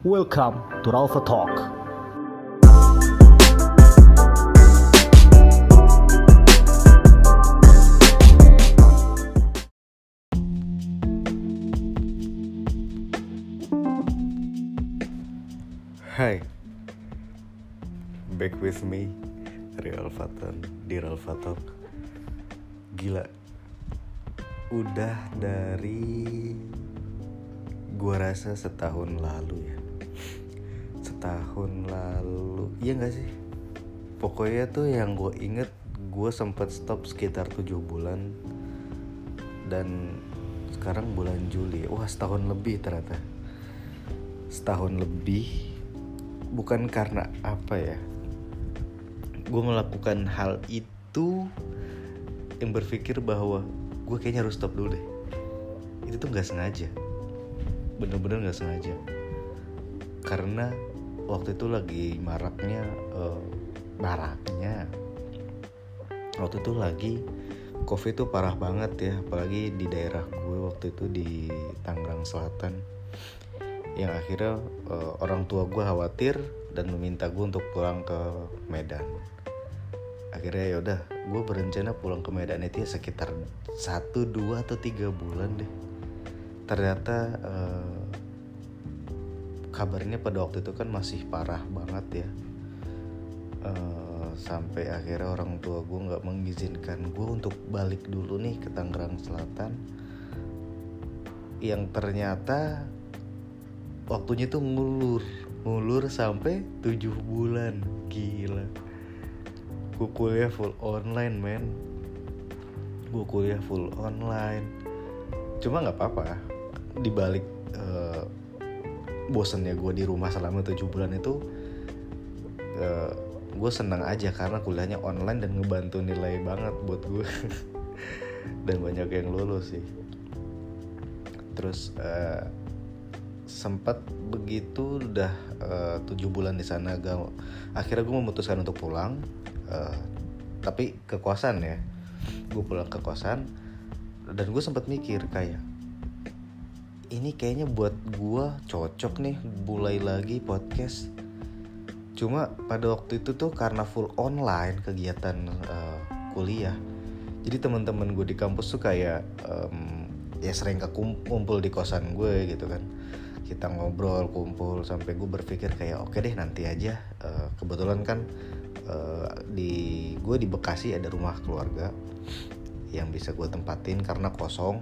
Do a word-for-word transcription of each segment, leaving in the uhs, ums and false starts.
Welcome to Ralpha Talk. Hai, back with me, Ralpha Talk, di Ralpha Talk. Gila, udah dari gua rasa setahun lalu ya. Setahun lalu, iya gak sih? Pokoknya tuh yang gue inget, gue sempet stop sekitar tujuh bulan. Dan sekarang bulan Juli, wah setahun lebih ternyata. Setahun lebih, bukan karena apa ya, gue melakukan hal itu yang berpikir bahwa gue kayaknya harus stop dulu deh. Itu tuh gak sengaja, bener-bener gak sengaja. Karena waktu itu lagi maraknya uh, maraknya waktu itu lagi COVID tuh parah banget ya, apalagi di daerah gue waktu itu di Tangerang Selatan, yang akhirnya uh, orang tua gue khawatir dan meminta gue untuk pulang ke Medan. Akhirnya ya udah, gue berencana pulang ke Medan itu ya sekitar satu, dua atau tiga bulan deh. Ternyata uh, kabarnya pada waktu itu kan masih parah banget ya, uh, sampai akhirnya orang tua gue nggak mengizinkan gue untuk balik dulu nih ke Tangerang Selatan, yang ternyata waktunya tuh ngulur ngulur sampai tujuh bulan. Gila, gue kuliah full online men, gue kuliah full online. Cuma nggak apa-apa, dibalik uh, bosennya gue di rumah selama tujuh bulan itu, uh, gue senang aja karena kuliahnya online dan ngebantu nilai banget buat gue. Dan banyak yang lulus sih. Terus uh, sempat begitu udah uh, tujuh bulan di sana, gak, akhirnya gue memutuskan untuk pulang, uh, tapi ke kosan ya. Gue pulang ke kosan dan gue sempat mikir kayak, ini kayaknya buat gue cocok nih mulai lagi podcast. Cuma pada waktu itu tuh karena full online kegiatan uh, kuliah, jadi teman-teman gue di kampus tuh kayak um, ya sering kekumpul di kosan gue gitu kan. Kita ngobrol, kumpul, sampai gue berpikir kayak oke deh nanti aja. Uh, kebetulan kan uh, di gue di Bekasi ada rumah keluarga yang bisa gue tempatin karena kosong.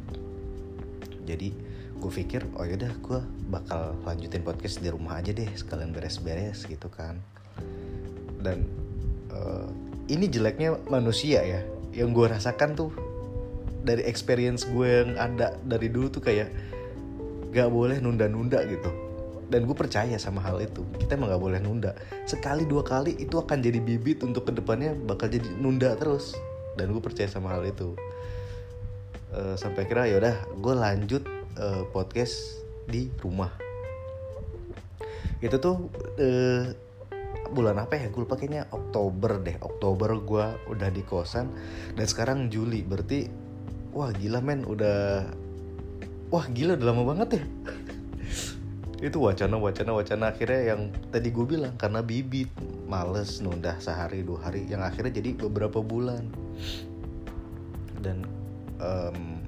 Jadi gue pikir oh yaudah gue bakal lanjutin podcast di rumah aja deh, sekalian beres-beres gitu kan. Dan uh, ini jeleknya manusia ya, yang gue rasakan tuh dari experience gue yang ada dari dulu tuh kayak gak boleh nunda-nunda gitu. Dan gue percaya sama hal itu, kita emang gak boleh nunda. Sekali dua kali itu akan jadi bibit untuk kedepannya bakal jadi nunda terus. Dan gue percaya sama hal itu. uh, Sampai akhirnya yaudah gue lanjut uh, podcast di rumah. Itu tuh uh, bulan apa ya, gue lupa, kayaknya Oktober deh. Oktober gue udah di kosan. Dan sekarang Juli, berarti wah gila men, udah wah gila udah lama banget ya. Itu wacana-wacana-wacana akhirnya yang tadi gue bilang, karena bibit males nunda sehari dua hari, yang akhirnya jadi beberapa bulan. Dan um,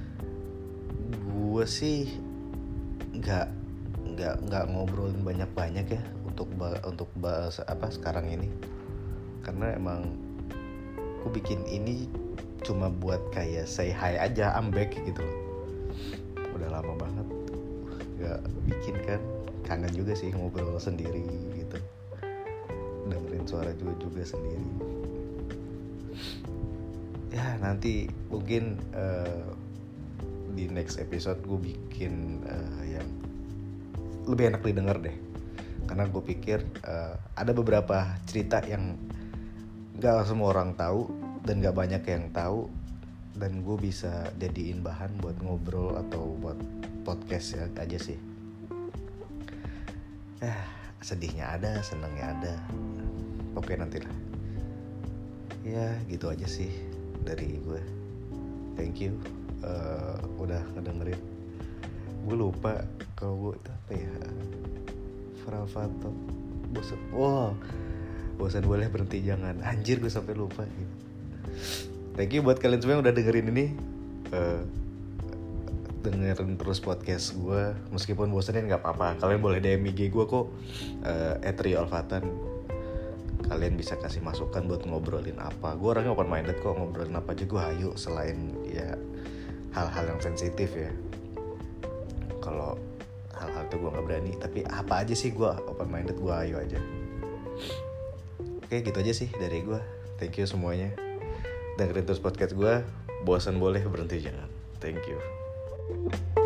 gue sih nggak nggak nggak ngobrolin banyak-banyak ya untuk ba- untuk bahas apa sekarang ini, karena emang gue bikin ini cuma buat kayak say hi aja, I'm back gitu loh. Udah lama banget gak bikin kan, kangen juga sih ngobrol sendiri gitu, dengerin suara juga juga sendiri. Ya nanti mungkin uh, di next episode gue bikin uh, yang lebih enak didengar deh, karena gue pikir uh, ada beberapa cerita yang gak semua orang tahu dan gak banyak yang tahu, dan gue bisa jadiin bahan buat ngobrol atau buat podcast ya aja sih. Eh, sedihnya ada, senangnya ada. Oke nantilah. Ya gitu aja sih dari gue. Thank you uh, udah ngedengerin. Gue lupa kalau gue itu apa ya, Ralfatok. Bosan. Wow. Bosan boleh berhenti jangan. Anjir gue sampai lupa gitu. Thank you buat kalian semua yang udah dengerin ini. Uh, dengerin terus podcast gue. Meskipun bosanin gak apa-apa. Kalian boleh D M I G gue kok, uh, at Rio Alfatan. Kalian bisa kasih masukan buat ngobrolin apa. Gue orangnya open minded kok, ngobrolin apa aja gue hayu. Selain ya hal-hal yang sensitif ya. Kalau hal-hal itu gue gak berani. Tapi apa aja sih gue open minded, gue hayu aja. Oke gitu aja sih dari gue. Thank you semuanya. Dengerin terus podcast gue. Bosan boleh berhenti jangan. Thank you.